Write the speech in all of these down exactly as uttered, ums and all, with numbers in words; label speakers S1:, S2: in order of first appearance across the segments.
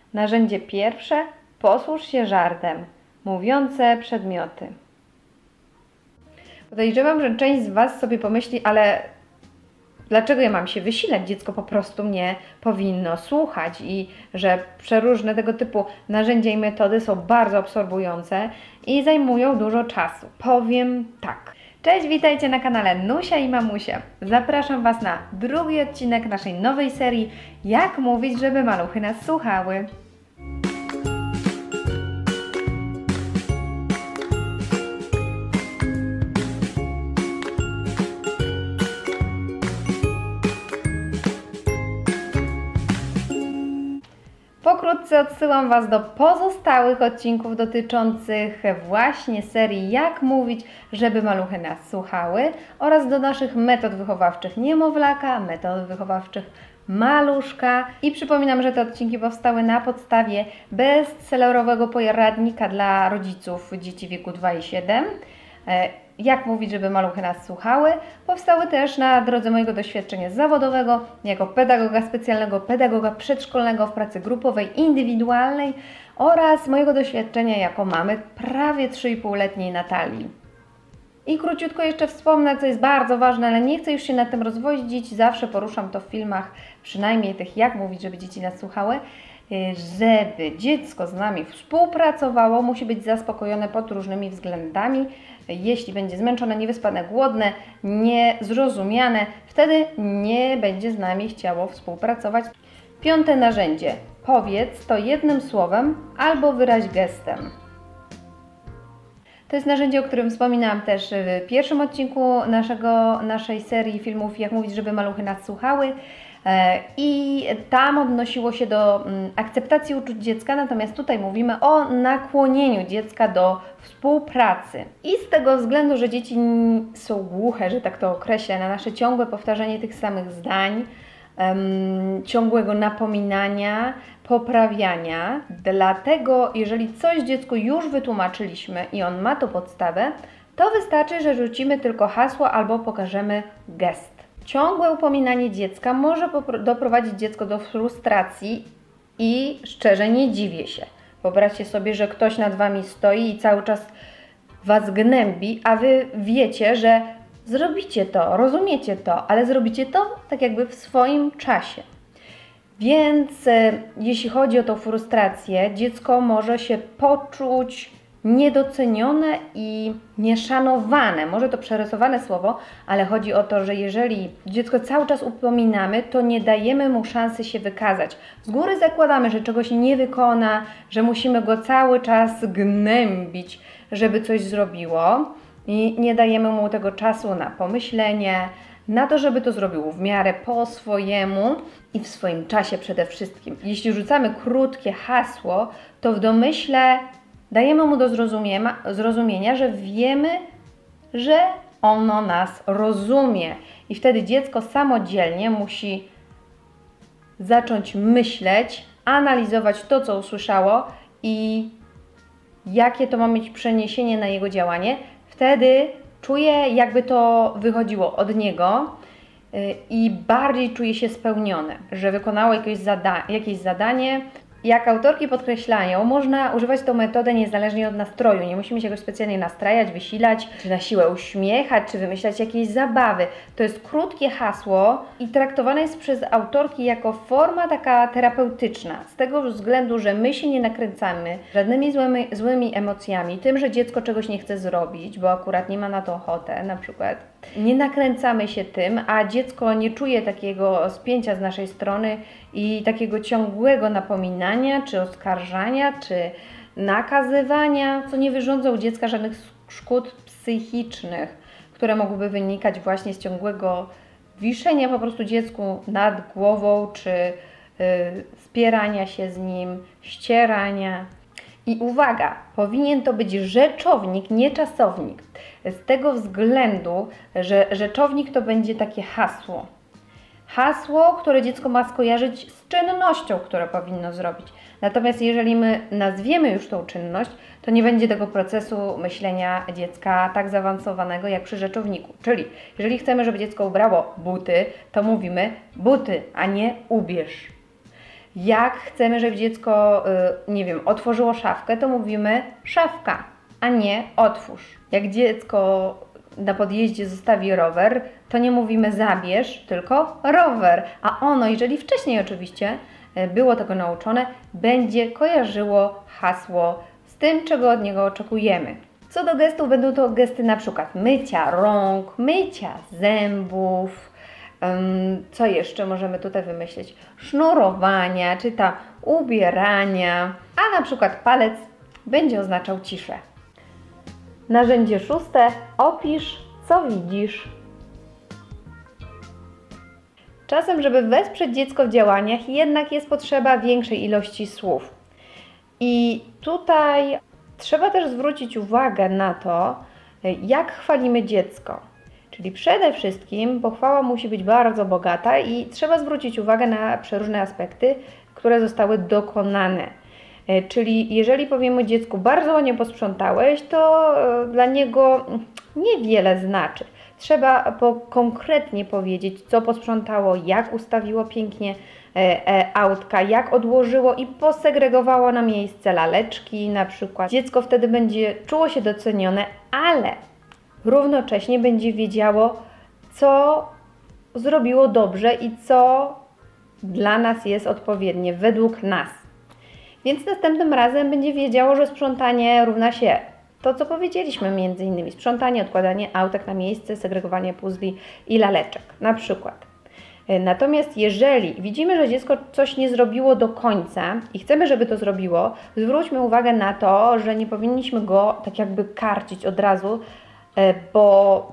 S1: Narzędzie pierwsze. Posłuż się żartem. Mówiące przedmioty. Podejrzewam, że część z Was sobie pomyśli, ale dlaczego ja mam się wysilać? Dziecko po prostu mnie powinno słuchać i że przeróżne tego typu narzędzia i metody są bardzo absorbujące i zajmują dużo czasu. Powiem tak. Cześć, witajcie na kanale Nusia i Mamusia. Zapraszam Was na drugi odcinek naszej nowej serii Jak mówić, żeby maluchy nas słuchały. Pokrótce odsyłam Was do pozostałych odcinków dotyczących właśnie serii Jak mówić, żeby maluchy nas słuchały oraz do naszych metod wychowawczych niemowlaka, metod wychowawczych maluszka. I przypominam, że te odcinki powstały na podstawie bestsellerowego poradnika dla rodziców dzieci w wieku dwa i siedem. Jak mówić, żeby maluchy nas słuchały. Powstały też na drodze mojego doświadczenia zawodowego jako pedagoga specjalnego, pedagoga przedszkolnego w pracy grupowej, indywidualnej oraz mojego doświadczenia jako mamy prawie trzy i pół-letniej Natalii. I króciutko jeszcze wspomnę, co jest bardzo ważne, ale nie chcę już się nad tym rozwodzić, zawsze poruszam to w filmach, przynajmniej tych jak mówić, żeby dzieci nas słuchały. Żeby dziecko z nami współpracowało, musi być zaspokojone pod różnymi względami. Jeśli będzie zmęczone, niewyspane, głodne, niezrozumiane, wtedy nie będzie z nami chciało współpracować. Piąte narzędzie. Powiedz to jednym słowem albo wyraź gestem. To jest narzędzie, o którym wspominałam też w pierwszym odcinku naszego, naszej serii filmów Jak mówić, żeby maluchy nas słuchały. I tam odnosiło się do akceptacji uczuć dziecka, natomiast tutaj mówimy o nakłonieniu dziecka do współpracy. I z tego względu, że dzieci są głuche, że tak to określę, na nasze ciągłe powtarzanie tych samych zdań, um, ciągłego napominania, poprawiania. Dlatego, jeżeli coś dziecku już wytłumaczyliśmy i on ma to podstawę, to wystarczy, że rzucimy tylko hasło albo pokażemy gest. Ciągłe upominanie dziecka może doprowadzić dziecko do frustracji i szczerze nie dziwię się. Wyobraźcie sobie, że ktoś nad Wami stoi i cały czas Was gnębi, a Wy wiecie, że zrobicie to, rozumiecie to, ale zrobicie to tak jakby w swoim czasie. Więc e, jeśli chodzi o tą frustrację, dziecko może się poczuć niedocenione i nieszanowane. Może to przerysowane słowo, ale chodzi o to, że jeżeli dziecko cały czas upominamy, to nie dajemy mu szansy się wykazać. Z góry zakładamy, że czegoś nie wykona, że musimy go cały czas gnębić, żeby coś zrobiło i nie dajemy mu tego czasu na pomyślenie, na to, żeby to zrobił w miarę po swojemu i w swoim czasie przede wszystkim. Jeśli rzucamy krótkie hasło, to w domyśle dajemy mu do zrozumienia, zrozumienia, że wiemy, że ono nas rozumie. I wtedy dziecko samodzielnie musi zacząć myśleć, analizować to, co usłyszało i jakie to ma mieć przeniesienie na jego działanie. Wtedy czuje, jakby to wychodziło od niego i bardziej czuje się spełnione, że wykonało jakieś, zada jakieś zadanie. Jak autorki podkreślają, można używać tą metodę niezależnie od nastroju. Nie musimy się go specjalnie nastrajać, wysilać, czy na siłę uśmiechać, czy wymyślać jakieś zabawy. To jest krótkie hasło i traktowane jest przez autorki jako forma taka terapeutyczna. Z tego względu, że my się nie nakręcamy żadnymi złymi, złymi emocjami, tym, że dziecko czegoś nie chce zrobić, bo akurat nie ma na to ochotę na przykład. Nie nakręcamy się tym, a dziecko nie czuje takiego spięcia z naszej strony i takiego ciągłego napominania, czy oskarżania, czy nakazywania, co nie wyrządza u dziecka żadnych szkód psychicznych, które mogłyby wynikać właśnie z ciągłego wiszenia po prostu dziecku nad głową, czy yy, spierania się z nim, ścierania. I uwaga, powinien to być rzeczownik, nie czasownik. Z tego względu, że rzeczownik to będzie takie hasło. Hasło, które dziecko ma skojarzyć z czynnością, którą powinno zrobić. Natomiast jeżeli my nazwiemy już tą czynność, to nie będzie tego procesu myślenia dziecka tak zaawansowanego jak przy rzeczowniku. Czyli jeżeli chcemy, żeby dziecko ubrało buty, to mówimy buty, a nie ubierz. Jak chcemy, żeby dziecko, nie wiem, otworzyło szafkę, to mówimy szafka, a nie otwórz. Jak dziecko na podjeździe zostawi rower, to nie mówimy zabierz, tylko rower. A ono, jeżeli wcześniej oczywiście było tego nauczone, będzie kojarzyło hasło z tym, czego od niego oczekujemy. Co do gestów, będą to gesty na przykład mycia rąk, mycia zębów, um, co jeszcze możemy tutaj wymyślić? Sznurowania, czy tam ubierania, a na przykład palec będzie oznaczał ciszę. Narzędzie szóste. Opisz, co widzisz. Czasem, żeby wesprzeć dziecko w działaniach, jednak jest potrzeba większej ilości słów. I tutaj trzeba też zwrócić uwagę na to, jak chwalimy dziecko. Czyli przede wszystkim pochwała musi być bardzo bogata i trzeba zwrócić uwagę na przeróżne aspekty, które zostały dokonane. Czyli jeżeli powiemy dziecku, bardzo ładnie posprzątałeś, to dla niego niewiele znaczy. Trzeba po, konkretnie powiedzieć, co posprzątało, jak ustawiło pięknie e, e, autka, jak odłożyło i posegregowało na miejsce laleczki na przykład. Dziecko wtedy będzie czuło się docenione, ale równocześnie będzie wiedziało, co zrobiło dobrze i co dla nas jest odpowiednie, według nas. Więc następnym razem będzie wiedziało, że sprzątanie równa się to, co powiedzieliśmy, między innymi sprzątanie, odkładanie autek na miejsce, segregowanie puzli i laleczek, na przykład. Natomiast jeżeli widzimy, że dziecko coś nie zrobiło do końca i chcemy, żeby to zrobiło, zwróćmy uwagę na to, że nie powinniśmy go tak jakby karcić od razu, bo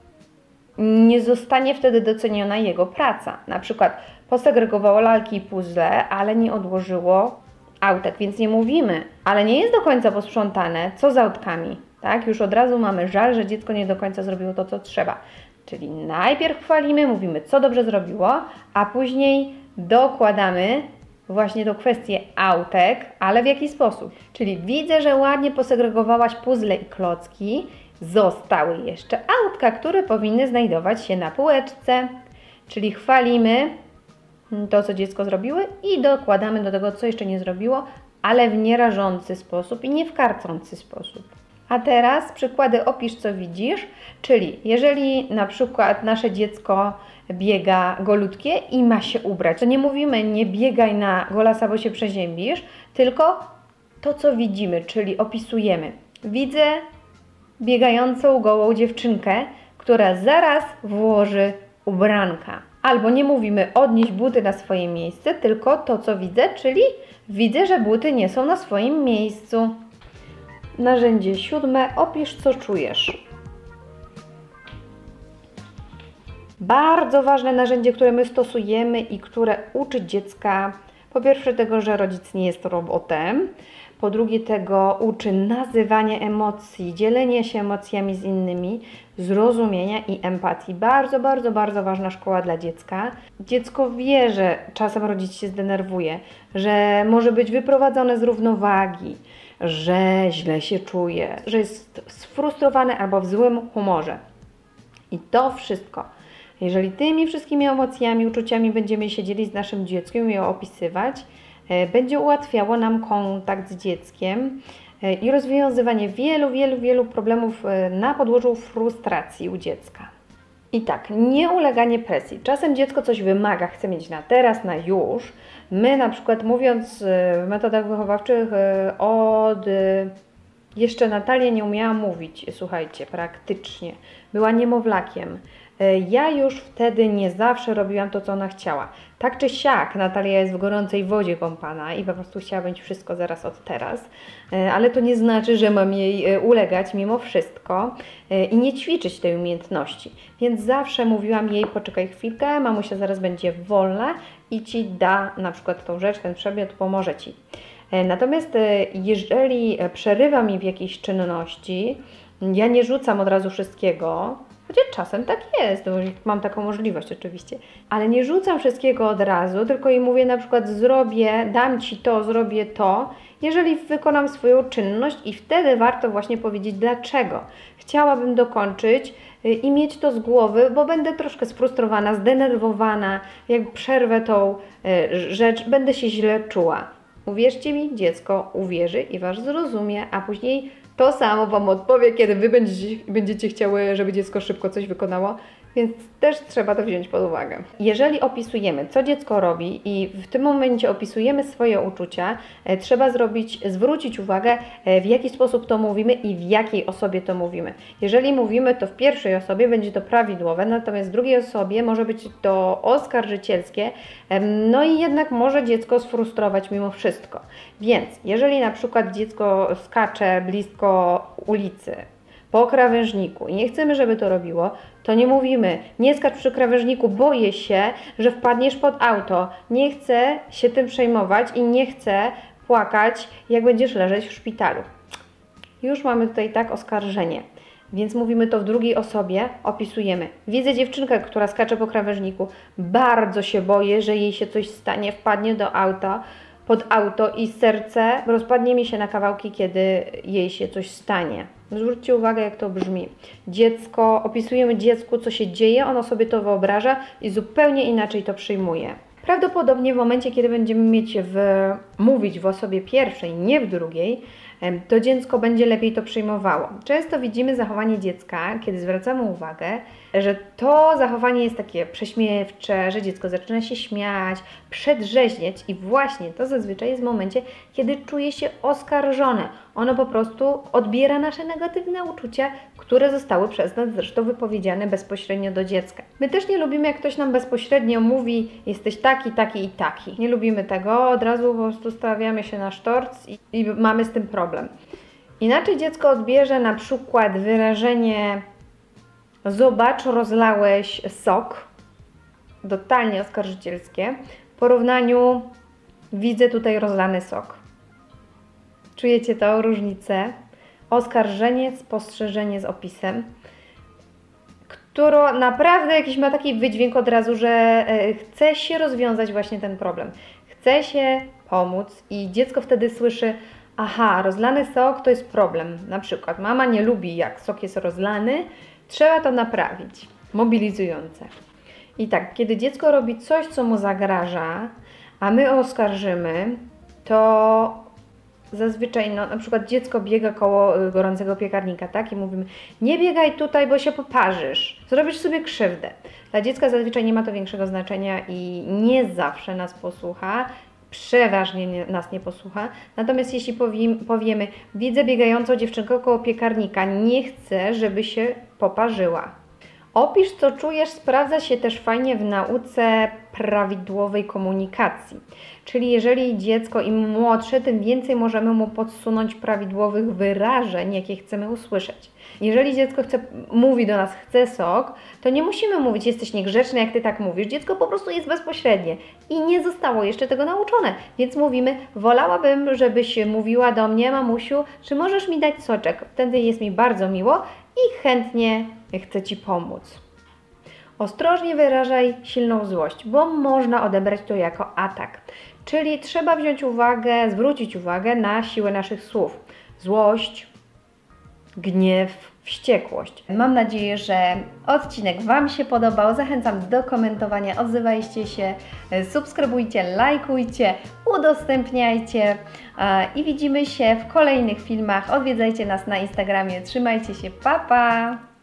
S1: nie zostanie wtedy doceniona jego praca. Na przykład posegregowało lalki i puzzle, ale nie odłożyło autek, więc nie mówimy, ale nie jest do końca posprzątane, co z autkami, tak? Już od razu mamy żal, że dziecko nie do końca zrobiło to, co trzeba. Czyli najpierw chwalimy, mówimy, co dobrze zrobiło, a później dokładamy właśnie tą kwestię autek, ale w jaki sposób? Czyli widzę, że ładnie posegregowałaś puzzle i klocki, zostały jeszcze autka, które powinny znajdować się na półeczce. Czyli chwalimy to, co dziecko zrobiło i dokładamy do tego, co jeszcze nie zrobiło, ale w nierażący sposób i nie w karcący sposób. A teraz przykłady opisz, co widzisz, czyli jeżeli na przykład nasze dziecko biega golutkie i ma się ubrać, to nie mówimy nie biegaj na golasa, bo się przeziębisz, tylko to, co widzimy, czyli opisujemy. Widzę biegającą gołą dziewczynkę, która zaraz włoży ubranka. Albo nie mówimy odnieść buty na swoje miejsce, tylko to, co widzę, czyli widzę, że buty nie są na swoim miejscu. Narzędzie siódme. Opisz, co czujesz. Bardzo ważne narzędzie, które my stosujemy i które uczy dziecka, po pierwsze tego, że rodzic nie jest robotem, po drugie tego uczy nazywania emocji, dzielenia się emocjami z innymi, zrozumienia i empatii. Bardzo, bardzo, bardzo ważna szkoła dla dziecka. Dziecko wie, że czasem rodzic się zdenerwuje, że może być wyprowadzone z równowagi, że źle się czuje, że jest sfrustrowany albo w złym humorze. I to wszystko, jeżeli tymi wszystkimi emocjami, uczuciami będziemy się dzielić z naszym dzieckiem i je opisywać, będzie ułatwiało nam kontakt z dzieckiem i rozwiązywanie wielu, wielu, wielu problemów na podłożu frustracji u dziecka. I tak, nieuleganie presji. Czasem dziecko coś wymaga, chce mieć na teraz, na już. My na przykład mówiąc w metodach wychowawczych od... Jeszcze Natalia nie umiała mówić, słuchajcie, praktycznie. Była niemowlakiem. Ja już wtedy nie zawsze robiłam to, co ona chciała. Tak czy siak, Natalia jest w gorącej wodzie kąpana i po prostu chciała być wszystko zaraz od teraz, ale to nie znaczy, że mam jej ulegać mimo wszystko i nie ćwiczyć tej umiejętności. Więc zawsze mówiłam jej, poczekaj chwilkę, mamusia zaraz będzie wolna i Ci da na przykład tą rzecz, ten przedmiot, pomoże Ci. Natomiast jeżeli przerywa mi w jakiejś czynności, ja nie rzucam od razu wszystkiego, chociaż czasem tak jest, bo mam taką możliwość oczywiście, ale nie rzucam wszystkiego od razu, tylko jej mówię na przykład zrobię, dam Ci to, zrobię to, jeżeli wykonam swoją czynność i wtedy warto właśnie powiedzieć dlaczego. Chciałabym dokończyć i mieć to z głowy, bo będę troszkę sfrustrowana, zdenerwowana, jak przerwę tą rzecz, będę się źle czuła. Uwierzcie mi, dziecko uwierzy i Was zrozumie, a później to samo Wam odpowie, kiedy Wy będziecie, będziecie chciały, żeby dziecko szybko coś wykonało, więc też trzeba to wziąć pod uwagę. Jeżeli opisujemy, co dziecko robi i w tym momencie opisujemy swoje uczucia, e, trzeba zrobić, zwrócić uwagę, e, w jaki sposób to mówimy i w jakiej osobie to mówimy. Jeżeli mówimy to w pierwszej osobie, będzie to prawidłowe, natomiast w drugiej osobie może być to oskarżycielskie, e, no i jednak może dziecko sfrustrować mimo wszystko. Więc jeżeli na przykład dziecko skacze blisko ulicy, po krawężniku i nie chcemy, żeby to robiło, to nie mówimy, nie skacz przy krawężniku, boję się, że wpadniesz pod auto, nie chcę się tym przejmować i nie chcę płakać, jak będziesz leżeć w szpitalu. Już mamy tutaj tak oskarżenie, więc mówimy to w drugiej osobie, opisujemy. Widzę dziewczynkę, która skacze po krawężniku, bardzo się boję, że jej się coś stanie, wpadnie do auta, pod auto i serce rozpadnie mi się na kawałki, kiedy jej się coś stanie. Zwróćcie uwagę, jak to brzmi. Dziecko, opisujemy dziecku, co się dzieje, ono sobie to wyobraża i zupełnie inaczej to przyjmuje. Prawdopodobnie w momencie, kiedy będziemy mieć w, mówić w osobie pierwszej, nie w drugiej, to dziecko będzie lepiej to przyjmowało. Często widzimy zachowanie dziecka, kiedy zwracamy uwagę, że to zachowanie jest takie prześmiewcze, że dziecko zaczyna się śmiać, przedrzeźnieć i właśnie to zazwyczaj jest w momencie, kiedy czuje się oskarżone. Ono po prostu odbiera nasze negatywne uczucia, które zostały przez nas zresztą wypowiedziane bezpośrednio do dziecka. My też nie lubimy, jak ktoś nam bezpośrednio mówi, jesteś taki, taki i taki. Nie lubimy tego, od razu po prostu stawiamy się na sztorc i, i mamy z tym problem. Inaczej dziecko odbierze na przykład wyrażenie zobacz, rozlałeś sok, totalnie oskarżycielskie, w porównaniu widzę tutaj rozlany sok. Czujecie tą różnicę? Oskarżenie, spostrzeżenie z opisem, które naprawdę jakiś ma taki wydźwięk od razu, że chce się rozwiązać właśnie ten problem. Chce się pomóc i dziecko wtedy słyszy, aha, rozlany sok to jest problem. Na przykład mama nie lubi, jak sok jest rozlany, trzeba to naprawić. Mobilizujące. I tak, kiedy dziecko robi coś, co mu zagraża, a my oskarżymy, to zazwyczaj, no, na przykład dziecko biega koło gorącego piekarnika, tak? I mówimy, nie biegaj tutaj, bo się poparzysz, zrobisz sobie krzywdę. Dla dziecka zazwyczaj nie ma to większego znaczenia i nie zawsze nas posłucha, przeważnie nie, nas nie posłucha. Natomiast jeśli powiem, powiemy, widzę biegającą dziewczynkę koło piekarnika, nie chcę, żeby się poparzyła. Opisz, co czujesz, sprawdza się też fajnie w nauce prawidłowej komunikacji. Czyli jeżeli dziecko im młodsze, tym więcej możemy mu podsunąć prawidłowych wyrażeń, jakie chcemy usłyszeć. Jeżeli dziecko chce, mówi do nas, chce sok, to nie musimy mówić, jesteś niegrzeczny, jak ty tak mówisz. Dziecko po prostu jest bezpośrednie i nie zostało jeszcze tego nauczone. Więc mówimy, wolałabym, żebyś mówiła do mnie, mamusiu, czy możesz mi dać soczek? Wtedy jest mi bardzo miło i chętnie chcę Ci pomóc. Ostrożnie wyrażaj silną złość, bo można odebrać to jako atak. Czyli trzeba wziąć uwagę, zwrócić uwagę na siłę naszych słów. Złość, gniew, wściekłość. Mam nadzieję, że odcinek Wam się podobał. Zachęcam do komentowania, odzywajcie się, subskrybujcie, lajkujcie, udostępniajcie i widzimy się w kolejnych filmach. Odwiedzajcie nas na Instagramie. Trzymajcie się, pa pa!